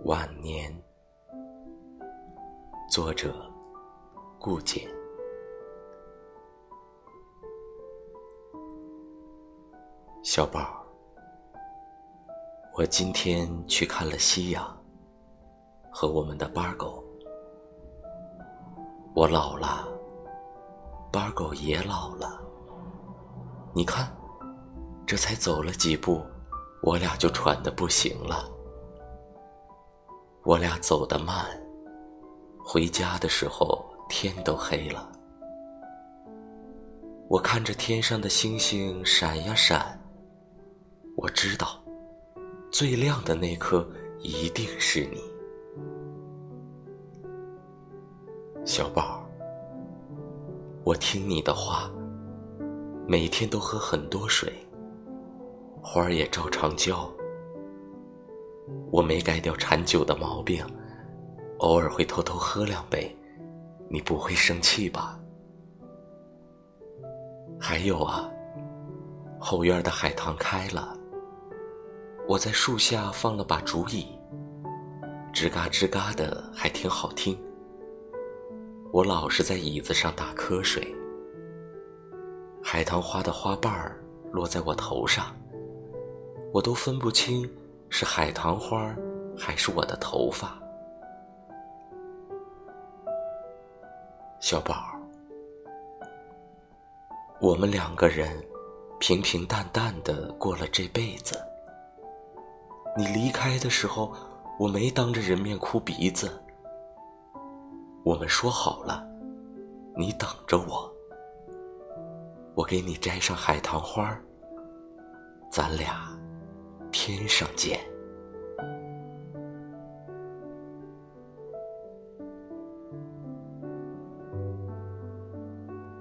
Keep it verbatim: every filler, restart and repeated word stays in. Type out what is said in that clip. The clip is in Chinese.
晚年，作者顾简。小宝，我今天去看了夕阳和我们的巴狗。我老了，巴狗也老了。你看，这才走了几步，我俩就喘得不行了。我俩走得慢，回家的时候天都黑了。我看着天上的星星闪呀闪，我知道最亮的那颗一定是你。小宝，我听你的话，每天都喝很多水，花儿也照常浇。我没改掉馋酒的毛病，偶尔会偷偷喝两杯，你不会生气吧？还有啊，后院的海棠开了，我在树下放了把竹椅，吱嘎吱嘎的还挺好听。我老是在椅子上打瞌睡，海棠花的花瓣儿落在我头上，我都分不清是海棠花还是我的头发。小宝，我们两个人平平淡淡的过了这辈子。你离开的时候，我没当着人面哭鼻子。我们说好了，你等着我，我给你摘上海棠花，咱俩天上见。